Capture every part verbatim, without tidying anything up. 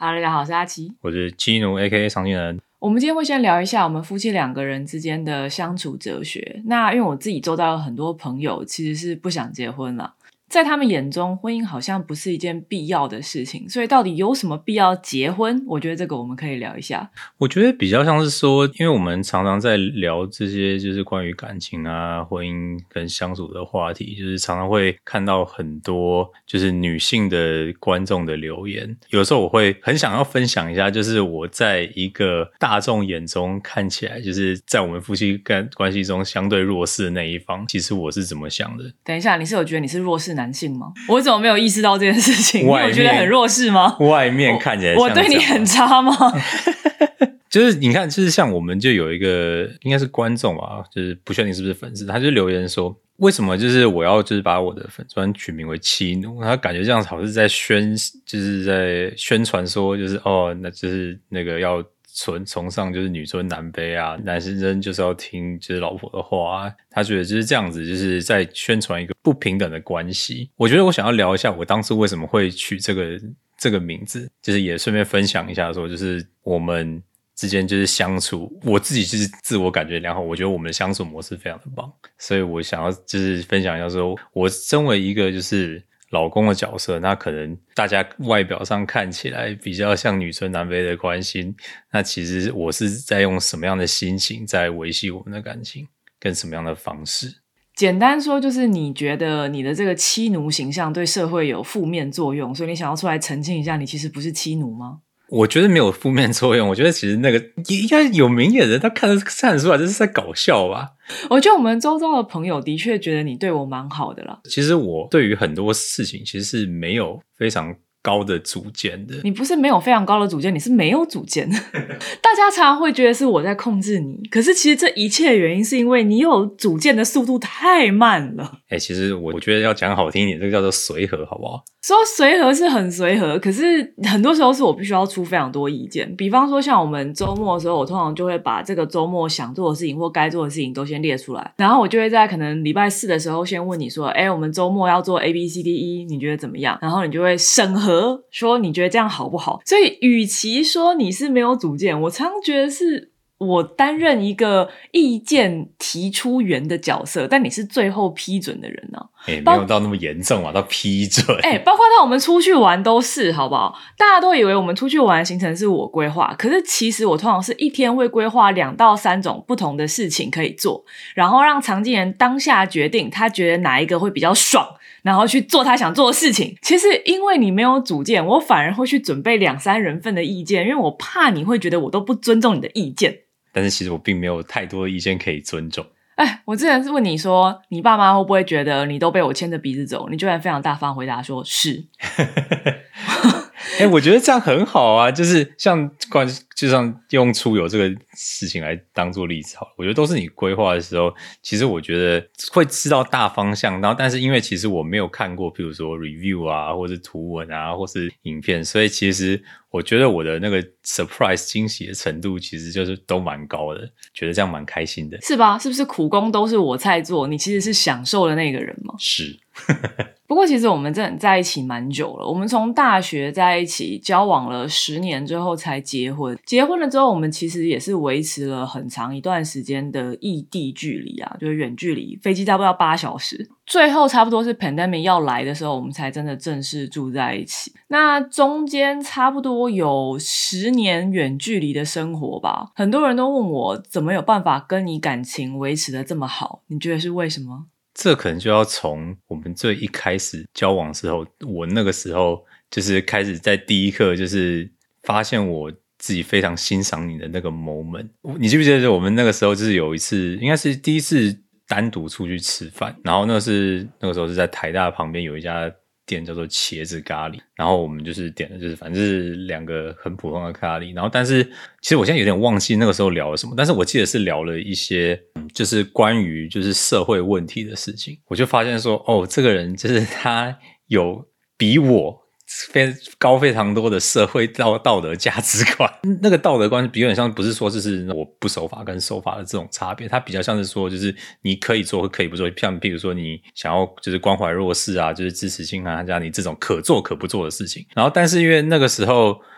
Hello， 大家好，我是阿奇， 我是基奴 A K A 常青人。 我们今天会先聊一下我们夫妻两个人之间的相处哲学。那因为我自己周遭有很多朋友其实是不想结婚啦，在他们眼中婚姻好像不是一件必要的事情，所以到底有什么必要结婚？我觉得这个我们可以聊一下。 我觉得比较像是说，因为我们常常在聊这些就是关于感情啊、婚姻跟相处的话题，就是常常会看到很多就是女性的观众的留言。有时候我会很想要分享一下，就是我在一个大众眼中看起来就是在我们夫妻关系中相对弱势的那一方，其实我是怎么想的。 等一下，你是有觉得你是弱势男性吗？我怎么没有意识到这件事情？你有觉得很弱势吗？ 外面看起来像我，我对你很差吗？ 就是你看，就是像我们就有一个应该是观众吧，就是不确定是不是粉丝，他就留言说，为什么就是我要就是把我的粉专取名为妻奴，他感觉这样好像是在宣，就是在宣传说，就是哦，那就是那个要崇崇尚就是女尊男卑啊，男生就是要听就是老婆的话啊，他觉得就是这样子，就是在宣传一个不平等的关系。我觉得我想要聊一下我当初为什么会取这个这个名字，就是也顺便分享一下说，就是我们之间就是相处，我自己就是自我感觉良好，我觉得我们的相处模式非常的棒，所以我想要就是分享一下说，我身为一个就是老公的角色，那可能大家外表上看起来比较像女尊男卑的关系，那其实我是在用什么样的心情在维系我们的感情，跟什么样的方式。 简单说就是你觉得你的这个妻奴形象对社会有负面作用，所以你想要出来澄清一下你其实不是妻奴吗？ 我觉得没有负面作用，我觉得其实那个应该有明眼人他看得看得出来这是在搞笑吧。 我觉得我们周遭的朋友的确觉得你对我蛮好的啦。 其实我对于很多事情其实是没有非常高的主见的。 你不是没有非常高的主见，你是没有主见。大家常常会觉得是我在控制你，可是其实这一切的原因是因为你有主见的速度太慢了。 欸，其实我觉得要讲好听一点，这个叫做随和好不好？ 说随和是很随和，可是很多时候是我必须要出非常多意见。比方说像我们周末的时候，我通常就会把这个周末想做的事情或该做的事情都先列出来，然后我就会在可能礼拜四的时候先问你说，诶，我们周末要做 A B C D E， 你觉得怎么样？然后你就会审核说你觉得这样好不好。所以与其说你是没有主见，我常觉得是我担任一个意见提出员的角色，但你是最后批准的人啊。 欸，没有到那么严重啊，到批准。 欸，包括到我们出去玩都是，好不好？大家都以为我们出去玩的行程是我规划，可是其实我通常是一天会规划两到三种不同的事情可以做，然后让常进人当下决定他觉得哪一个会比较爽，然后去做他想做的事情。其实因为你没有主见，我反而会去准备两三人份的意见，因为我怕你会觉得我都不尊重你的意见。 但是其实我并没有太多的意见可以尊重。 哎，我之前是问你说你爸妈会不会觉得你都被我牵着鼻子走，你居然非常大方回答说是。 欸，我觉得这样很好啊，就是像就像用出游这个事情来当做例子好了，我觉得都是你规划的时候，其实我觉得会知道大方向，然后但是因为其实我没有看过比如说 review 啊或是图文啊或是影片，所以其实我觉得我的那个 surprise 惊喜的程度其实就是都蛮高的，觉得这样蛮开心的。 是吧？是不是苦工都是我在做，你其实是享受的那个人吗？ 是。 不过其实我们真的在一起蛮久了，我们从大学在一起交往了十年之后才结婚，结婚了之后我们其实也是维持了很长一段时间的异地距离啊，就是远距离，飞机差不多要八小时，最后差不多是 pandemic 要来的时候我们才真的正式住在一起。那中间差不多有十年远距离的生活吧，很多人都问我怎么有办法跟你感情维持得这么好，你觉得是为什么？ 这可能就要从我们最一开始交往的时候，我那个时候就是开始在第一刻就是发现我自己非常欣赏你的那个 moment。你记不记得我们那个时候就是有一次，应该是第一次单独出去吃饭，然后那是那个时候是在台大旁边有一家店叫做茄子咖喱，然后我们就是点的就是反正是两个很普通的咖喱，然后但是其实我现在有点忘记那个时候聊了什么，但是我记得是聊了一些就是关于就是社会问题的事情。我就发现说哦，这个人就是他有比我非高非常多的社会道道德价值观，那个道德观比有点像不是说就是我不守法跟守法的这种差别，它比较像是说就是你可以做可以不做，像譬如说你想要就是关怀弱势啊，就是支持性啊，加你这种可做可不做的事情。然后但是因为那个时候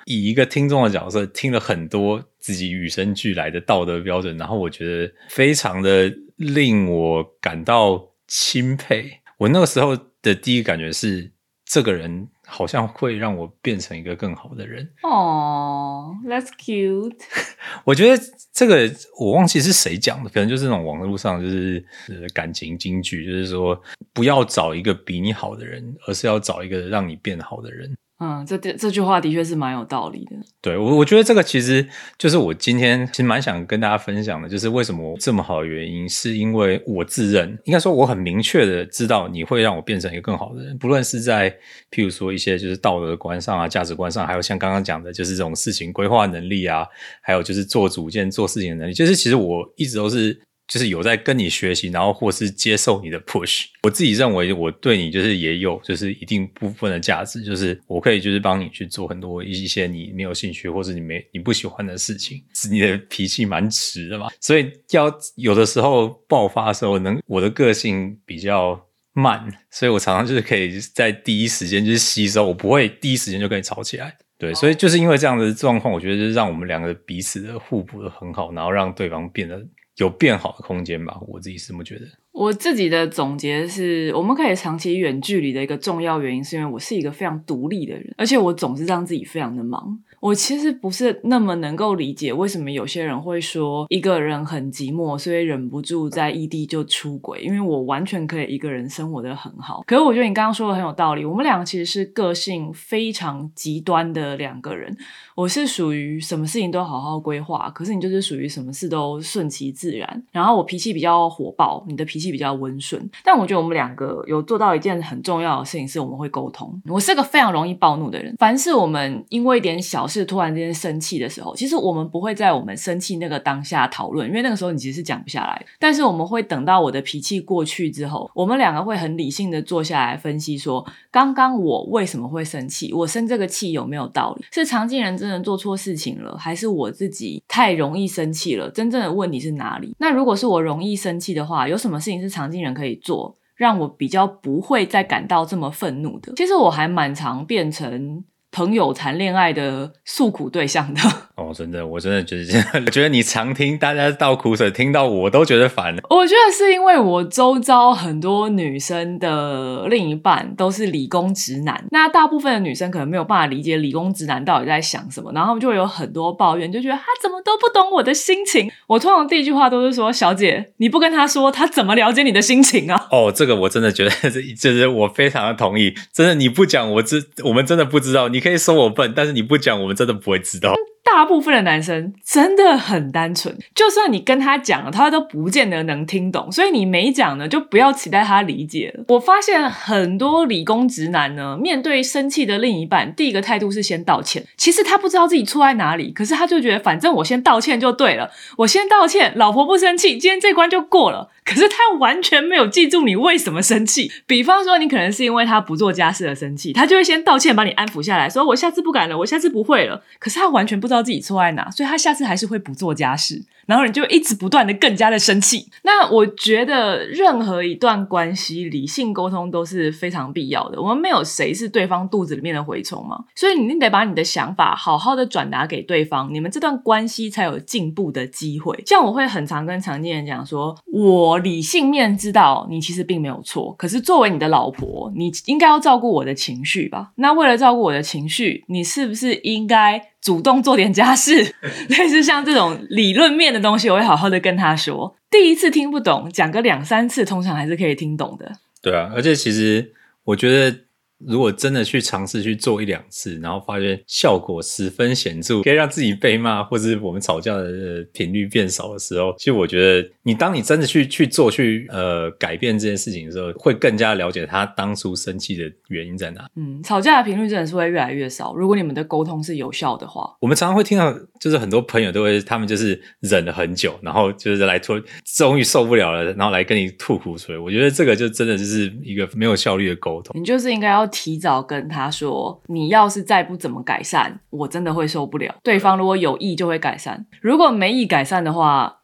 以一个听众的角色听了很多自己与生俱来的道德标准，然后我觉得非常的令我感到钦佩。我那个时候的第一个感觉是，这个人好像会让我变成一个更好的人。 哦、oh, that's cute 我觉得这个我忘记是谁讲的，可能就是那种网络上就是感情金句，就是说不要找一个比你好的人，而是要找一个让你变好的人。 嗯，这这句话的确是蛮有道理的。 对，我我觉得这个其实就是我今天其实蛮想跟大家分享的，就是为什么我这么好的原因，是因为我自认，应该说我很明确的知道你会让我变成一个更好的人，不论是在譬如说一些就是道德观上啊、价值观上，还有像刚刚讲的就是这种事情规划能力啊，还有就是做主见、做事情的能力，就是其实我一直都是就是有在跟你学习，然后或是接受你的 push。我自己认为我对你就是也有就是一定部分的价值，就是我可以就是帮你去做很多一些你没有兴趣或是你没你不喜欢的事情。你的脾气蛮直的嘛，所以要有的时候爆发的时候，能我的个性比较慢，所以我常常就是可以在第一时间就是吸收，我不会第一时间就跟你吵起来。对，所以就是因为这样的状况，我觉得就是让我们两个彼此的互补的很好，然后让对方变得有变好的空间吧，我自己是这么觉得。 我自己的总结是，我们可以长期远距离的一个重要原因是因为我是一个非常独立的人，而且我总是让自己非常的忙。我其实不是那么能够理解为什么有些人会说一个人很寂寞，所以忍不住在异地就出轨，因为我完全可以一个人生活得很好。可是我觉得你刚刚说的很有道理，我们两个其实是个性非常极端的两个人。我是属于什么事情都好好规划，可是你就是属于什么事都顺其自然，然后我脾气比较火爆，你的脾气比较温顺。但我觉得我们两个有做到一件很重要的事情，是我们会沟通。我是个非常容易暴怒的人，凡是我们因为一点小事突然之间生气的时候，其实我们不会在我们生气那个当下讨论，因为那个时候你其实是讲不下来的，但是我们会等到我的脾气过去之后，我们两个会很理性的坐下来分析说，刚刚我为什么会生气，我生这个气有没有道理，是常静人真的做错事情了，还是我自己太容易生气了，真正的问题是哪里。那如果是我容易生气的话，有什么事情是常静人可以做，让我比较不会再感到这么愤怒的。其实我还蛮常变成朋友谈恋爱的诉苦对象的。 哦，真的，我真的觉得，我觉得你常听大家倒苦水，听到我都觉得烦了。 我觉得是因为我周遭很多女生的另一半都是理工直男，那大部分的女生可能没有办法理解理工直男到底在想什么，然后他们就会有很多抱怨，就觉得他怎么都不懂我的心情。我通常第一句话都是说，小姐，你不跟他说，他怎么了解你的心情啊？ 哦，这个我真的觉得就是我非常的同意，真的你不讲我知我们真的不知道，你可以说我笨，但是你不讲我们真的不会知道。 大部分的男生真的很单纯，就算你跟他讲了，他都不见得能听懂，所以你没讲呢，就不要期待他理解了。我发现很多理工直男呢，面对生气的另一半，第一个态度是先道歉。其实他不知道自己错在哪里，可是他就觉得反正我先道歉就对了，我先道歉，老婆不生气，今天这关就过了。可是他完全没有记住你为什么生气。比方说你可能是因为他不做家事而生气，他就会先道歉把你安抚下来，说我下次不敢了，我下次不会了。可是他完全不知道自己错在哪，所以他下次还是会不做家事，然后你就一直不断的更加的生气。那我觉得任何一段关系理性沟通都是非常必要的，我们没有谁是对方肚子里面的蛔虫嘛，所以你一定得把你的想法好好的转达给对方，你们这段关系才有进步的机会。像我会很常跟常见人讲说，我理性面知道你其实并没有错，可是作为你的老婆，你应该要照顾我的情绪吧，那为了照顾我的情绪，你是不是应该主动做点家事？类似像这种理论面的东西，我会好好的跟他说。第一次听不懂，讲个两三次通常还是可以听懂的。 对啊，而且其实我觉得如果真的去尝试去做一两次，然后发现效果十分显著，可以让自己被骂或是我们吵架的频率变少的时候，其实我觉得你当你真的去去做去呃改变这件事情的时候，会更加了解他当初生气的原因在哪。 嗯，吵架的频率真的是会越来越少，如果你们的沟通是有效的话。 我们常常会听到就是很多朋友都会他们就是忍了很久，然后就是来突终于受不了了，然后来跟你吐苦水。我觉得这个就真的就是一个没有效率的沟通。 你就是应该要提早跟他说，你要是再不怎么改善，我真的会受不了。对方如果有意就会改善，如果没意改善的话，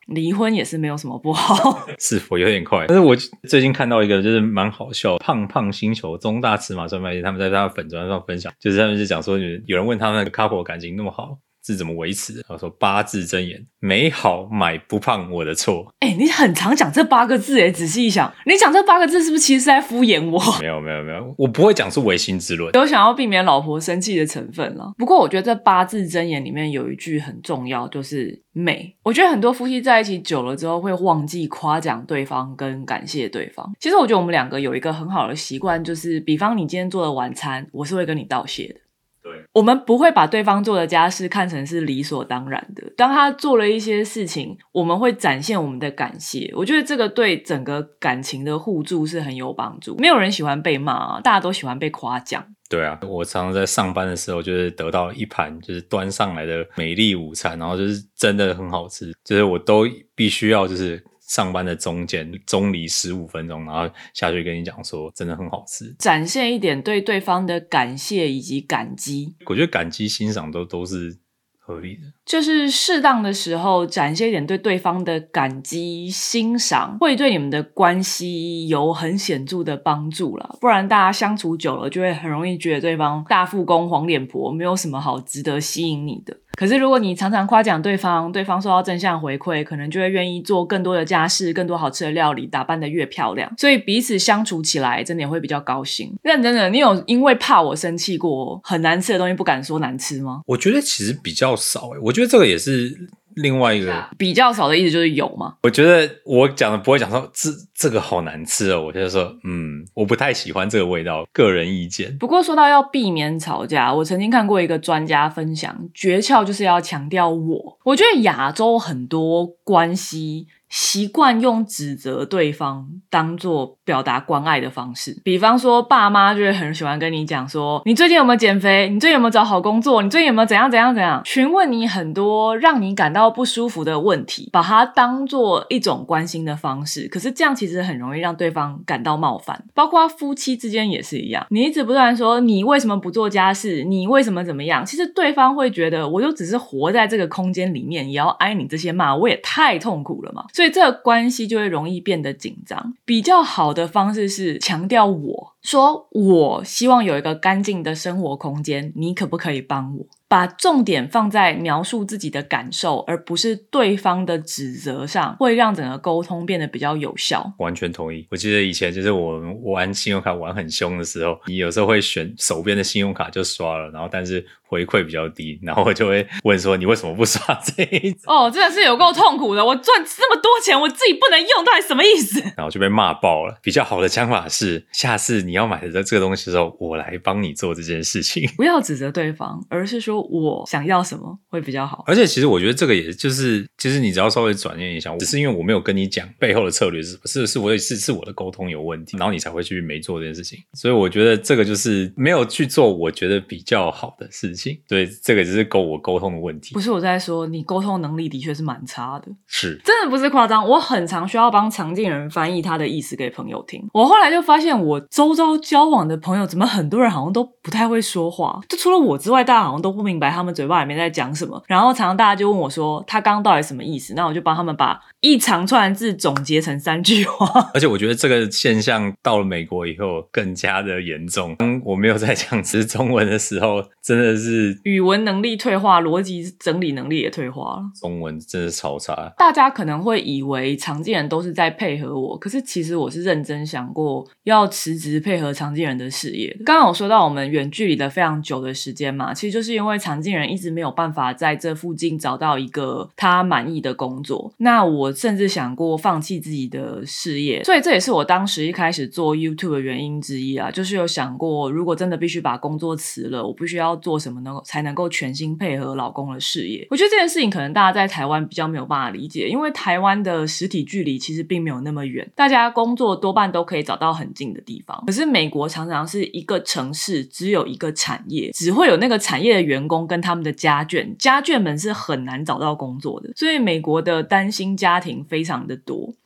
离婚也是没有什么不好。 是否有点快？但是我最近看到一个就是蛮好笑的，胖胖星球中大尺码专卖店他们在他的粉专上分享，就是他们就讲说有人问他们那个 couple 感情那么好是怎么维持的，然后说八字真言，美好买不胖我的错。 哎、欸，你很常讲这八个字耶，仔细一想，你讲这八个字是不是其实是在敷衍我？ 没有没有没有，我不会讲出违心之论， 有想要避免老婆生气的成分啦。不过我觉得这八字真言里面有一句很重要，就是美。我觉得很多夫妻在一起久了之后会忘记夸奖对方跟感谢对方。其实我觉得我们两个有一个很好的习惯，就是比方你今天做的晚餐，我是会跟你道谢的。 对， 我们不会把对方做的家事看成是理所当然的。当他做了一些事情，我们会展现我们的感谢。我觉得这个对整个感情的互助是很有帮助。没有人喜欢被骂啊，大家都喜欢被夸奖。 对啊，我常常在上班的时候就是得到一盘就是端上来的美丽午餐，然后就是真的很好吃，就是我都必须要就是上班的中间中离十五分钟，然后下去跟你讲说真的很好吃， 展现一点对对方的感谢以及感激。 我觉得感激欣赏都都是合理的， 就是适当的时候展现一点对对方的感激欣赏，会对你们的关系有很显著的帮助啦。不然大家相处久了就会很容易觉得对方大富公黄脸婆，没有什么好值得吸引你的。可是如果你常常夸奖对方，对方受到正向回馈，可能就会愿意做更多的家事，更多好吃的料理，打扮得越漂亮，所以彼此相处起来真的也会比较高兴。认真的，你有因为怕我生气过很难吃的东西不敢说难吃吗？ 我觉得其实比较少耶，我觉得这个也是另外一个比较少的意思就是有吗？ 我觉得我讲的不会讲说这这个好难吃哦，我就说嗯，我不太喜欢这个味道，个人意见。 不过说到要避免吵架，我曾经看过一个专家分享，诀窍就是要强调我。我觉得亚洲很多关系习惯用指责对方当作表达关爱的方式，比方说爸妈就会很喜欢跟你讲说你最近有没有减肥，你最近有没有找好工作，你最近有没有怎样怎样怎样，询问你很多让你感到不舒服的问题，把它当作一种关心的方式。可是这样其实很容易让对方感到冒犯，包括夫妻之间也是一样，你一直不断说你为什么不做家事，你为什么怎么样，其实对方会觉得我就只是活在这个空间里面，也要挨你这些骂，我也太痛苦了嘛。所以这个关系就会容易变得紧张。比较好的方式是强调我，说我希望有一个干净的生活空间，你可不可以帮我？把重点放在描述自己的感受，而不是对方的指责上，会让整个沟通变得比较有效。 完全同意。我记得以前就是我玩信用卡玩很凶的时候，你有时候会选手边的信用卡就刷了，然后但是回馈比较低，然后我就会问说你为什么不刷这一种？ 哦，真的是有够痛苦的，我赚这么多钱我自己不能用，到底什么意思？ 然后就被骂爆了。比较好的讲法是，下次你要买的这个东西的时候，我来帮你做这件事情。 不要指责对方，而是说我想要什么会比较好。 而且其实我觉得这个也就是其实你只要稍微转念一下，只是因为我没有跟你讲背后的策略是什么，是是我是是我的沟通有问题，然后你才会去没做这件事情。所以我觉得这个就是没有去做我觉得比较好的事情，所以这个只是沟我沟通的问题。 不是我在说你沟通能力的确是蛮差的， 是真的不是夸张。我很常需要帮常见人翻译他的意思给朋友听。我后来就发现我周遭交往的朋友怎么很多人好像都不太会说话，就除了我之外大家好像都不明白他们嘴巴里面在讲什么，然后常常大家就问我说他刚刚到底什么意思，那我就帮他们把一长串字总结成三句话。 而且我觉得这个现象到了美国以后更加的严重。当我没有在讲词中文的时候，真的是语文能力退化，逻辑整理能力也退化了， 中文真的是超差。 大家可能会以为常见人都是在配合我，可是其实我是认真想过要辞职配合常见人的事业。刚刚有说到我们远距离了非常久的时间嘛，其实就是因为常见人一直没有办法在这附近找到一个他满意的工作，那我甚至想过放弃自己的事业，所以这也是我当时一开始做 YouTube 的原因之一啊，就是有想过如果真的必须把工作辞了，我必须要做什么能才能够全心配合老公的事业。我觉得这件事情可能大家在台湾比较没有办法理解，因为台湾的实体距离其实并没有那么远，大家工作多半都可以找到很近的地方。可是美国常常是一个城市只有一个产业，只会有那个产业的员工跟他们的家眷，家眷们是很难找到工作的，所以美国的单薪家庭非常的多。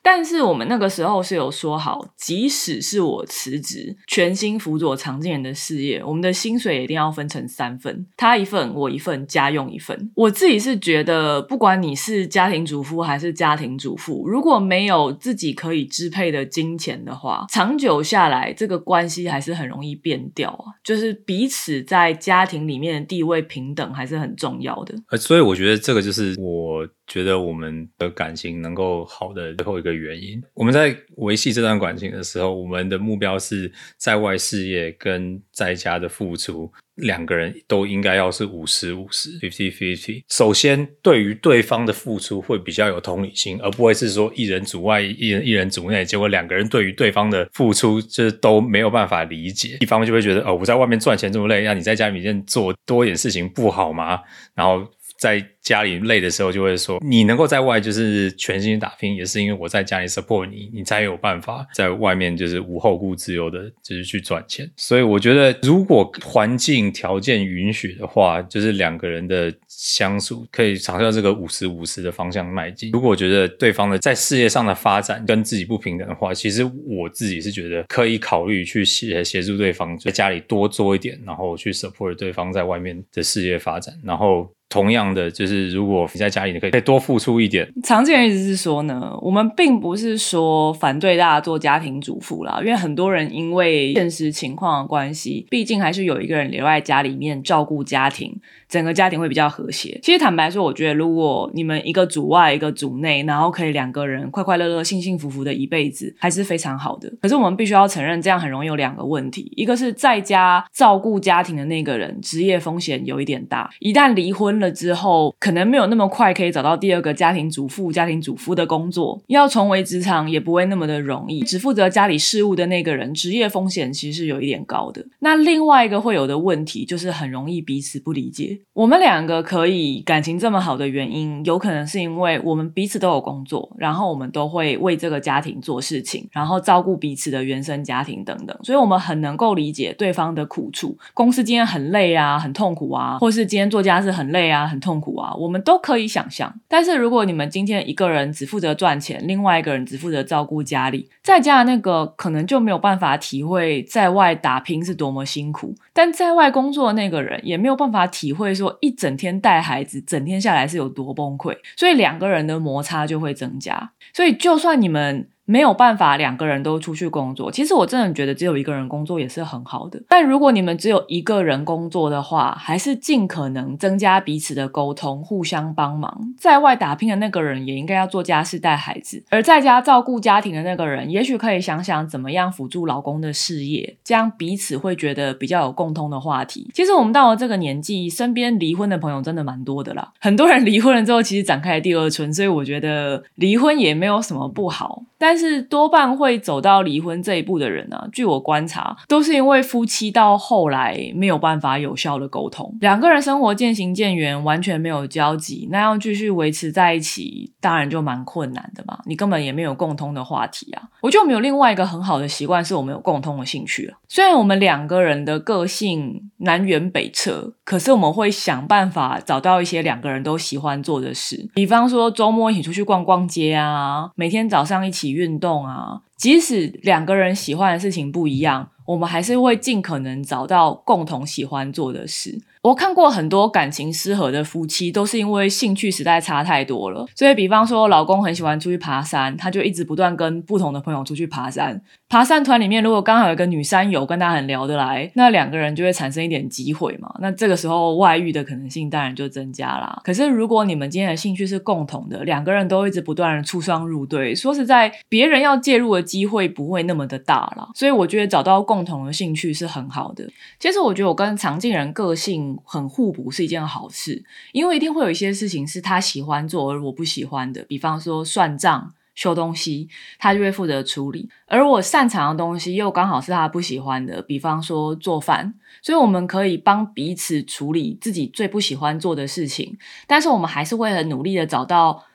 但是我们那个时候是有说好，即使是我辞职全心辅佐常静人的事业，我们的薪水也一定要分成三份，他一份我一份，家用一份。我自己是觉得不管你是家庭主妇还是家庭主妇，如果没有自己可以支配的金钱的话，长久下来这个关系还是很容易变掉啊，就是彼此在家庭里面的地位平等还是很重要的。 呃，所以我觉得这个就是我觉得我们的感情能够好的最后一个原因。我们在维系这段感情的时候，我们的目标是在外事业跟在家的付出，两个人都应该要是五十五十 fifty fifty。 首先对于对方的付出会比较有同理心，而不会是说一人主外一人一人主内，结果两个人对于对方的付出就是都没有办法理解，一方就会觉得哦，我在外面赚钱这么累，那你在家里面做多一点事情不好吗？然后在家里累的时候就会说，你能够在外就是全心打拼，也是因为我在家里 support 你，你才有办法在外面就是无后顾之忧的就是去赚钱。所以我觉得如果环境条件允许的话，就是两个人的相处可以朝向这个五十五十的方向迈进。如果我觉得对方的在事业上的发展跟自己不平等的话，其实我自己是觉得可以考虑去协协助对方在家里多做一点，然后去 support 对方在外面的事业发展。然后同样的，就是如果你在家里你可以可以多付出一点。 常见的意思是说呢，我们并不是说反对大家做家庭主妇啦，因为很多人因为现实情况的关系，毕竟还是有一个人留在家里面照顾家庭，整个家庭会比较和谐。其实坦白说，我觉得如果你们一个主外一个主内，然后可以两个人快快乐乐幸幸福福的一辈子，还是非常好的。可是我们必须要承认，这样很容易有两个问题，一个是在家照顾家庭的那个人职业风险有一点大，一旦离婚了之后可能没有那么快可以找到第二个家庭主妇家庭主夫的工作，要重回职场也不会那么的容易。只负责家里事务的那个人职业风险其实是有一点高的。那另外一个会有的问题就是很容易彼此不理解。我们两个可以感情这么好的原因，有可能是因为我们彼此都有工作，然后我们都会为这个家庭做事情，然后照顾彼此的原生家庭等等，所以我们很能够理解对方的苦处。公司今天很累啊，很痛苦啊，或是今天做家事很累啊，很痛苦啊，我们都可以想象。但是如果你们今天一个人只负责赚钱，另外一个人只负责照顾家里，在家的那个可能就没有办法体会在外打拼是多么辛苦，但在外工作的那个人也没有办法体会说一整天带孩子整天下来是有多崩溃，所以两个人的摩擦就会增加。所以就算你们没有办法两个人都出去工作，其实我真的觉得只有一个人工作也是很好的。但如果你们只有一个人工作的话，还是尽可能增加彼此的沟通，互相帮忙。在外打拼的那个人也应该要做家事带孩子，而在家照顾家庭的那个人也许可以想想怎么样辅助老公的事业，这样彼此会觉得比较有共通的话题。其实我们到了这个年纪，身边离婚的朋友真的蛮多的啦，很多人离婚了之后其实展开了第二春，所以我觉得离婚也没有什么不好。但是多半会走到离婚这一步的人啊，据我观察都是因为夫妻到后来没有办法有效的沟通，两个人生活渐行渐远，完全没有交集，那要继续维持在一起当然就蛮困难的嘛，你根本也没有共通的话题啊。我觉得我们有另外一个很好的习惯，是我们有共通的兴趣了。虽然我们两个人的个性南辕北辙，可是我们会想办法找到一些两个人都喜欢做的事，比方说周末一起出去逛逛街啊，每天早上一起运动啊，即使两个人喜欢的事情不一样，我们还是会尽可能找到共同喜欢做的事。我看过很多感情失和的夫妻都是因为兴趣实在差太多了，所以比方说老公很喜欢出去爬山，他就一直不断跟不同的朋友出去爬山，爬山团里面如果刚好有一个女山友跟他很聊得来，那两个人就会产生一点机会嘛，那这个时候外遇的可能性当然就增加啦。可是如果你们今天的兴趣是共同的，两个人都一直不断的出双入对，说实在别人要介入的机会不会那么的大啦，所以我觉得找到共同的兴趣是很好的。其实我觉得我跟常静人个性很互补是一件好事，因为一定会有一些事情是他喜欢做而我不喜欢的，比方说算账修东西，他就会负责处理，而我擅长的东西又刚好是他不喜欢的，比方说做饭，所以我们可以帮彼此处理自己最不喜欢做的事情，但是我们还是会很努力的找到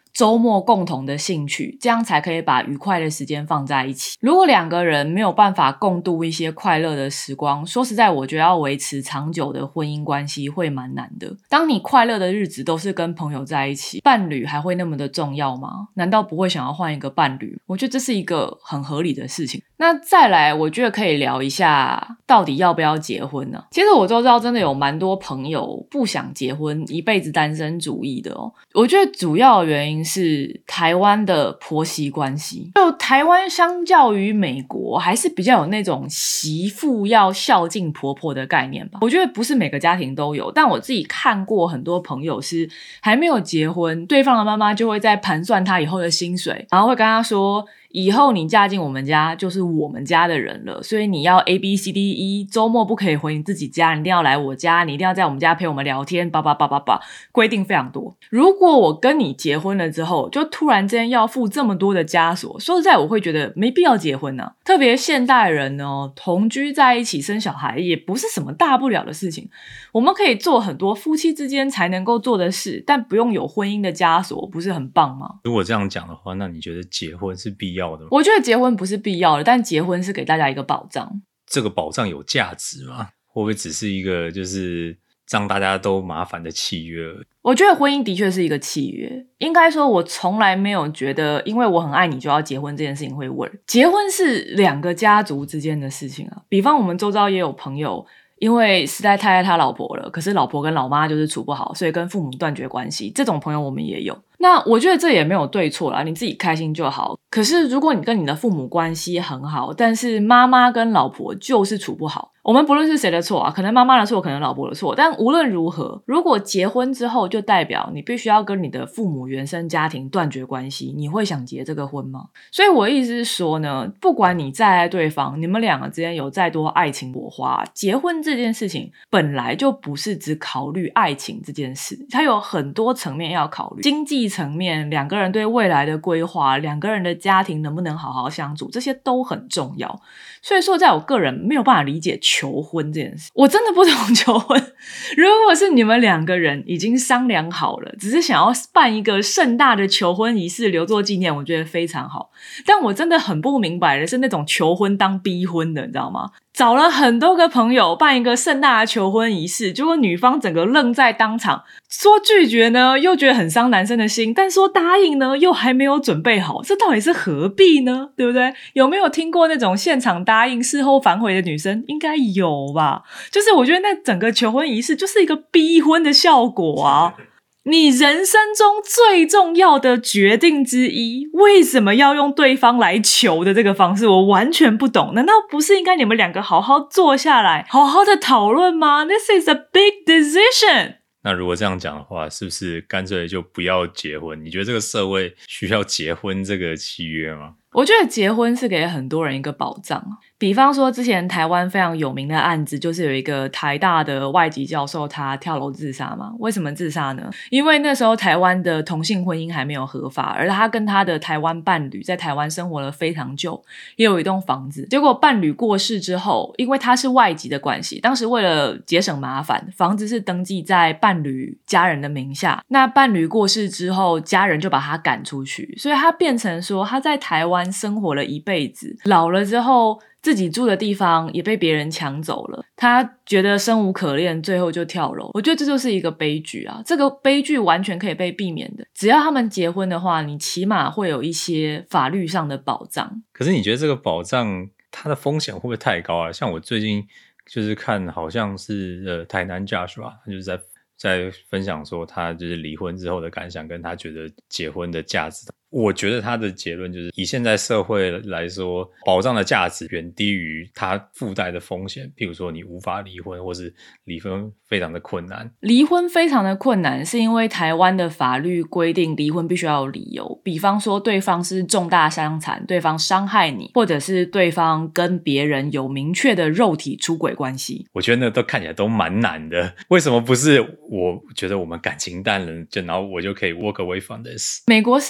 周末共同的兴趣，这样才可以把愉快的时间放在一起。如果两个人没有办法共度一些快乐的时光，说实在我觉得要维持长久的婚姻关系会蛮难的。当你快乐的日子都是跟朋友在一起，伴侣还会那么的重要吗？难道不会想要换一个伴侣？我觉得这是一个很合理的事情。那再来我觉得可以聊一下到底要不要结婚呢？其实我周遭真的有蛮多朋友不想结婚，一辈子单身主义的哦。我觉得主要的原因是台湾的婆媳关系，就台湾相较于美国还是比较有那种媳妇要孝敬婆婆的概念吧。我觉得不是每个家庭都有，但我自己看过很多朋友是还没有结婚，对方的妈妈就会在盘算他以后的薪水，然后会跟他说以后你嫁进我们家就是我们家的人了，所以你要 A B C D E， 周末不可以回你自己家，你一定要来我家，你一定要在我们家陪我们聊天，叭叭叭叭叭，规定非常多。如果我跟你结婚了之后就突然之间要负这么多的枷锁，说实在我会觉得没必要结婚啊。特别现代人呢，同居在一起生小孩也不是什么大不了的事情，我们可以做很多夫妻之间才能够做的事，但不用有婚姻的枷锁，不是很棒吗？ 如果这样讲的话，那你觉得结婚是必要的吗？ 我觉得结婚不是必要的，但结婚是给大家一个保障。 这个保障有价值吗？会不会只是一个就是让大家都麻烦的契约而已？ 我觉得婚姻的确是一个契约，应该说我从来没有觉得因为我很爱你就要结婚这件事情会 work。 结婚是两个家族之间的事情啊，比方我们周遭也有朋友因为实在太爱他老婆了，可是老婆跟老妈就是处不好，所以跟父母断绝关系，这种朋友我们也有。那我觉得这也没有对错啦，你自己开心就好。可是如果你跟你的父母关系很好，但是妈妈跟老婆就是处不好，我们不论是谁的错啊，可能妈妈的错，可能老婆的错，但无论如何，如果结婚之后就代表你必须要跟你的父母原生家庭断绝关系，你会想结这个婚吗？所以我的意思是说呢，不管你再爱对方，你们两个之间有再多爱情火花，结婚这件事情本来就不是只考虑爱情这件事，它有很多层面要考虑，经济层面，两个人对未来的规划，两个人的家庭能不能好好相处，这些都很重要。所以说在我个人没有办法理解求婚这件事，我真的不懂求婚。如果是你们两个人已经商量好了，只是想要办一个盛大的求婚仪式留作纪念，我觉得非常好。但我真的很不明白的是那种求婚当逼婚的，你知道吗？找了很多个朋友办一个盛大的求婚仪式，结果女方整个愣在当场，说拒绝呢又觉得很伤男生的心，但说答应呢又还没有准备好，这到底是何必呢？对不对？有没有听过那种现场答应事后反悔的女生？应该有吧。就是我觉得那整个求婚仪式就是一个逼婚的效果啊。你人生中最重要的决定之一，为什么要用对方来求的这个方式？我完全不懂。难道不是应该你们两个好好坐下来好好的讨论吗？ This is a big decision。 那如果这样讲的话，是不是干脆就不要结婚？你觉得这个社会需要结婚这个契约吗？ 我觉得结婚是给很多人一个保障，比方说之前台湾非常有名的案子，就是有一个台大的外籍教授他跳楼自杀嘛。为什么自杀呢？因为那时候台湾的同性婚姻还没有合法，而他跟他的台湾伴侣在台湾生活了非常久，也有一栋房子。结果伴侣过世之后，因为他是外籍的关系，当时为了节省麻烦，房子是登记在伴侣家人的名下。那伴侣过世之后，家人就把他赶出去，所以他变成说他在台湾生活了一辈子，老了之后自己住的地方也被别人抢走了，他觉得生无可恋，最后就跳楼。我觉得这就是一个悲剧啊，这个悲剧完全可以被避免的，只要他们结婚的话，你起码会有一些法律上的保障。 可是你觉得这个保障它的风险会不会太高啊？像我最近就是看好像是呃台南家属啊，他就是在在分享说他就是离婚之后的感想，跟他觉得结婚的价值。我觉得他的结论就是以现在社会来说，保障的价值远低于它附带的风险，譬如说你无法离婚，或是离婚非常的困难。 离婚非常的困难是因为台湾的法律规定离婚必须要有理由，比方说对方是重大伤残，对方伤害你，或者是对方跟别人有明确的肉体出轨关系。 我觉得那都看起来都蛮难的，为什么不是我觉得我们感情淡了，就然后我就可以 walk away from this？ 美国是啊，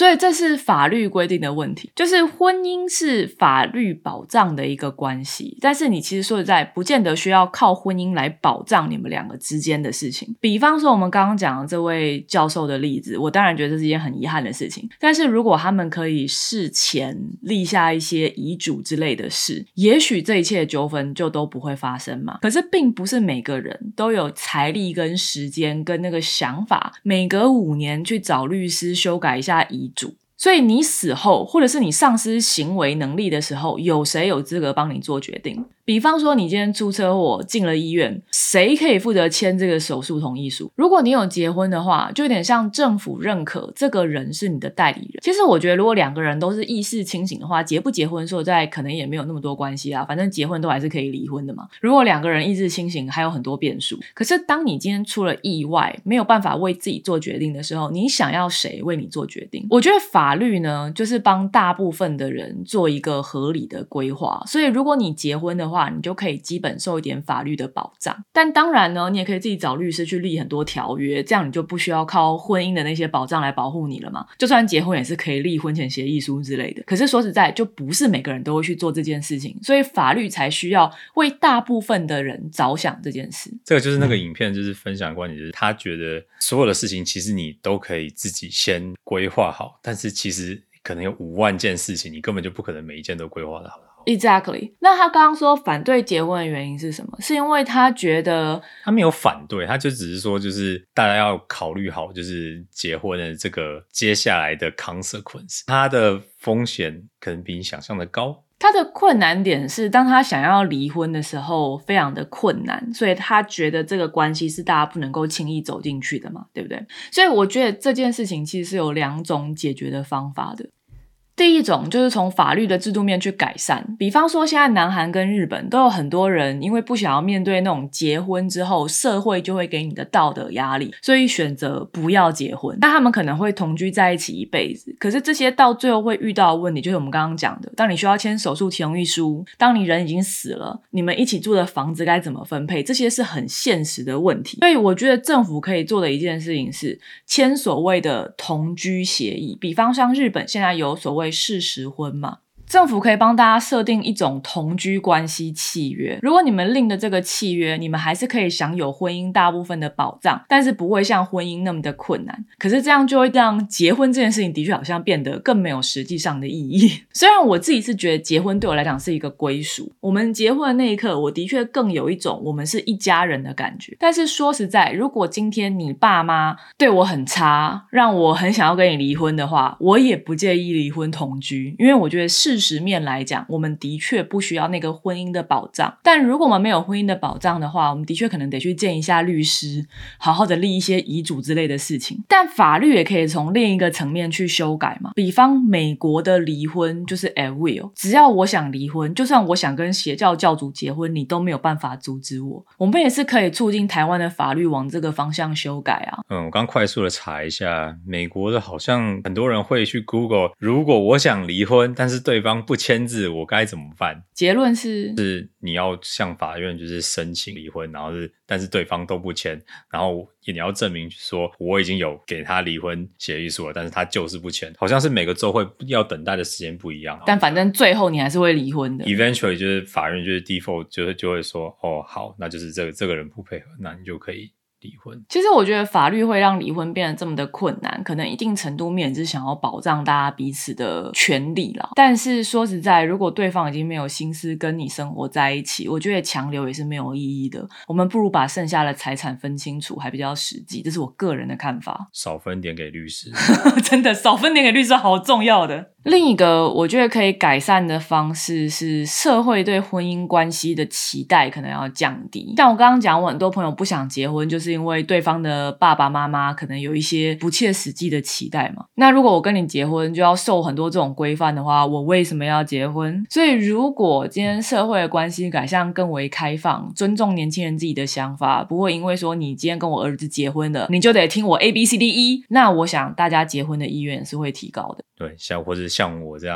所以这是法律规定的问题，就是婚姻是法律保障的一个关系，但是你其实说实在不见得需要靠婚姻来保障你们两个之间的事情。比方说我们刚刚讲的这位教授的例子，我当然觉得这是一件很遗憾的事情，但是如果他们可以事前立下一些遗嘱之类的事，也许这一切的纠纷就都不会发生嘛。可是并不是每个人都有财力跟时间跟那个想法每隔五年去找律师修改一下遗嘱，所以你死后或者是你丧失行为能力的时候，有谁有资格帮你做决定？比方说你今天出车祸进了医院，谁可以负责签这个手术同意书？如果你有结婚的话，就有点像政府认可这个人是你的代理人。其实我觉得如果两个人都是意识清醒的话，结不结婚说实在可能也没有那么多关系啦，反正结婚都还是可以离婚的嘛。如果两个人意识清醒还有很多变数，可是当你今天出了意外没有办法为自己做决定的时候，你想要谁为你做决定？我觉得法律呢就是帮大部分的人做一个合理的规划，所以如果你结婚的话，你就可以基本受一点法律的保障。但当然呢，你也可以自己找律师去立很多条约，这样你就不需要靠婚姻的那些保障来保护你了嘛。就算结婚也是可以立婚前协议书之类的。可是说实在，就不是每个人都会去做这件事情，所以法律才需要为大部分的人着想这件事。 这个就是那个影片就是分享的观点，就是他觉得所有的事情其实你都可以自己先规划好，但是其实可能有五万件事情，你根本就不可能每一件都规划得好。 Exactly。 那他刚刚说反对结婚的原因是什么？是因为他觉得他没有反对，他就只是说就是大家要考虑好就是结婚的这个接下来的 consequence， 它的风险可能比你想象的高。 他的困难点是当他想要离婚的时候非常的困难，所以他觉得这个关系是大家不能够轻易走进去的嘛，对不对？所以我觉得这件事情其实是有两种解决的方法的。第一种就是从法律的制度面去改善，比方说现在南韩跟日本都有很多人因为不想要面对那种结婚之后社会就会给你的道德压力，所以选择不要结婚。那他们可能会同居在一起一辈子，可是这些到最后会遇到的问题就是我们刚刚讲的，当你需要签手术同意书，当你人已经死了，你们一起住的房子该怎么分配，这些是很现实的问题。所以我觉得政府可以做的一件事情是签所谓的同居协议，比方像日本现在有所谓事实婚嘛，政府可以帮大家设定一种同居关系契约，如果你们另的这个契约，你们还是可以享有婚姻大部分的保障，但是不会像婚姻那么的困难。可是这样就会让结婚这件事情的确好像变得更没有实际上的意义。虽然我自己是觉得结婚对我来讲是一个归属，我们结婚的那一刻我的确更有一种我们是一家人的感觉，但是说实在，如果今天你爸妈对我很差，让我很想要跟你离婚的话，我也不介意离婚同居，因为我觉得事实面来讲，我们的确不需要那个婚姻的保障。但如果我们没有婚姻的保障的话，我们的确可能得去见一下律师，好好的立一些遗嘱之类的事情。但法律也可以从另一个层面去修改嘛，比方美国的离婚就是 at will， 只要我想离婚，就算我想跟邪教教主结婚，你都没有办法阻止我。我们也是可以促进台湾的法律往这个方向修改啊。 嗯，我刚快速的查一下，美国的好像很多人会去 Google， 如果我想离婚，但是对方不签字，我该怎么办？ 结论是是你要向法院就是申请离婚，然后是但是对方都不签，然后你要证明说我已经有给他离婚协议书了，但是他就是不签。好像是每个州会要等待的时间不一样， 但反正最后你还是会离婚的。 Eventually 就是法院就是 default 就会就会说哦好，那就是这个这个人不配合，那你就可以离婚。 其实我觉得法律会让离婚变得这么的困难，可能一定程度面是想要保障大家彼此的权利啦。但是说实在，如果对方已经没有心思跟你生活在一起，我觉得强留也是没有意义的。我们不如把剩下的财产分清楚，还比较实际，这是我个人的看法。 少分点给律师真的少分点给律师好重要的。另一个我觉得可以改善的方式是社会对婚姻关系的期待可能要降低。像我刚刚讲，我很多朋友不想结婚，就是因为对方的爸爸妈妈可能有一些不切实际的期待嘛。那如果我跟你结婚就要受很多这种规范的话，我为什么要结婚？所以如果今天社会的关系改向更为开放，尊重年轻人自己的想法，不会因为说你今天跟我儿子结婚了，你就得听我 A B C D E， 那我想大家结婚的意愿是会提高的。 对，像或者像我这样，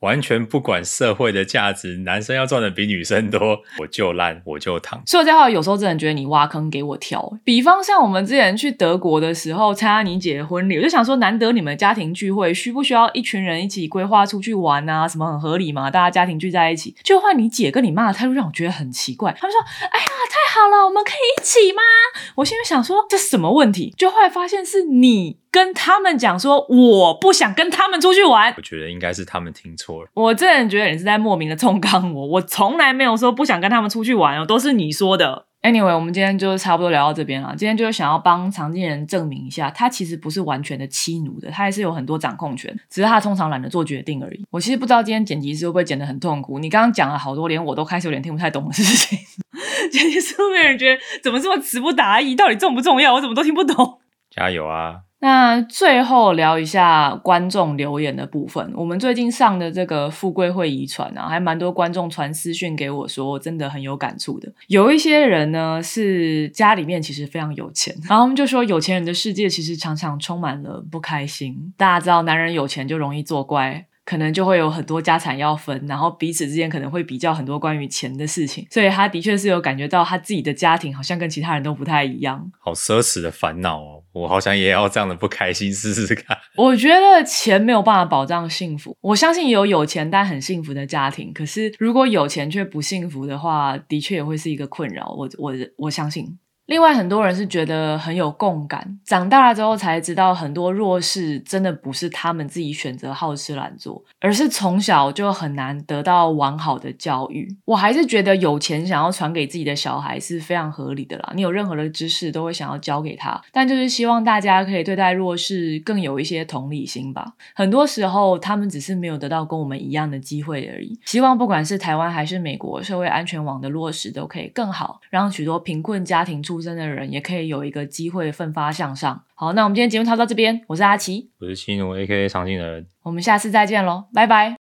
完全不管社会的价值，男生要赚的比女生多，我就烂我就躺。 所以我这话有时候真的觉得你挖坑给我跳。比方像我们之前去德国的时候参加你姐的婚礼，我就想说难得你们家庭聚会，需不需要一群人一起规划出去玩啊，什么很合理嘛，大家家庭聚在一起。就换你姐跟你妈的态度让我觉得很奇怪，他们说哎呀太好了，我们可以一起吗？我心里想说这是什么问题，就后来发现是你跟他们讲说我不想跟他们出去玩。 我觉得应该是他们听错了， 我真的觉得你是在莫名的冲刚我，我从来没有说不想跟他们出去玩哦，都是你说的。Anyway， 我们今天就差不多聊到这边了。今天就是想要帮常静人证明一下，他其实不是完全的妻奴的，他还是有很多掌控权，只是他通常懒得做决定而已。我其实不知道今天剪辑师会不会剪得很痛苦，你刚刚讲了好多连我都开始有点听不太懂的事情。剪辑师会不会有人觉得怎么这么词不达意，到底重不重要，我怎么都听不懂。 加油啊。 那最后聊一下观众留言的部分。我们最近上的这个富贵会遗传啊，还蛮多观众传私讯给我说真的很有感触的。有一些人呢是家里面其实非常有钱，然后他们就说有钱人的世界其实常常充满了不开心。大家知道男人有钱就容易作怪，可能就会有很多家产要分，然后彼此之间可能会比较很多关于钱的事情，所以他的确是有感觉到他自己的家庭好像跟其他人都不太一样。 好奢侈的烦恼哦，我好想也要这样的不开心试试看。 我觉得钱没有办法保障幸福，我相信有有钱但很幸福的家庭，可是如果有钱却不幸福的话，的确也会是一个困扰，我我我相信。另外很多人是觉得很有共感，长大了之后才知道很多弱势真的不是他们自己选择好吃懒做，而是从小就很难得到完好的教育。我还是觉得有钱想要传给自己的小孩是非常合理的啦，你有任何的知识都会想要教给他，但就是希望大家可以对待弱势更有一些同理心吧。很多时候他们只是没有得到跟我们一样的机会而已，希望不管是台湾还是美国社会安全网的落实都可以更好，让许多贫困家庭出身的人也可以有一个机会奋发向上。好，那我们今天节目差不多到这边，我是阿奇， 我是妻奴 A K A 常静人， 我们下次再见咯，拜拜。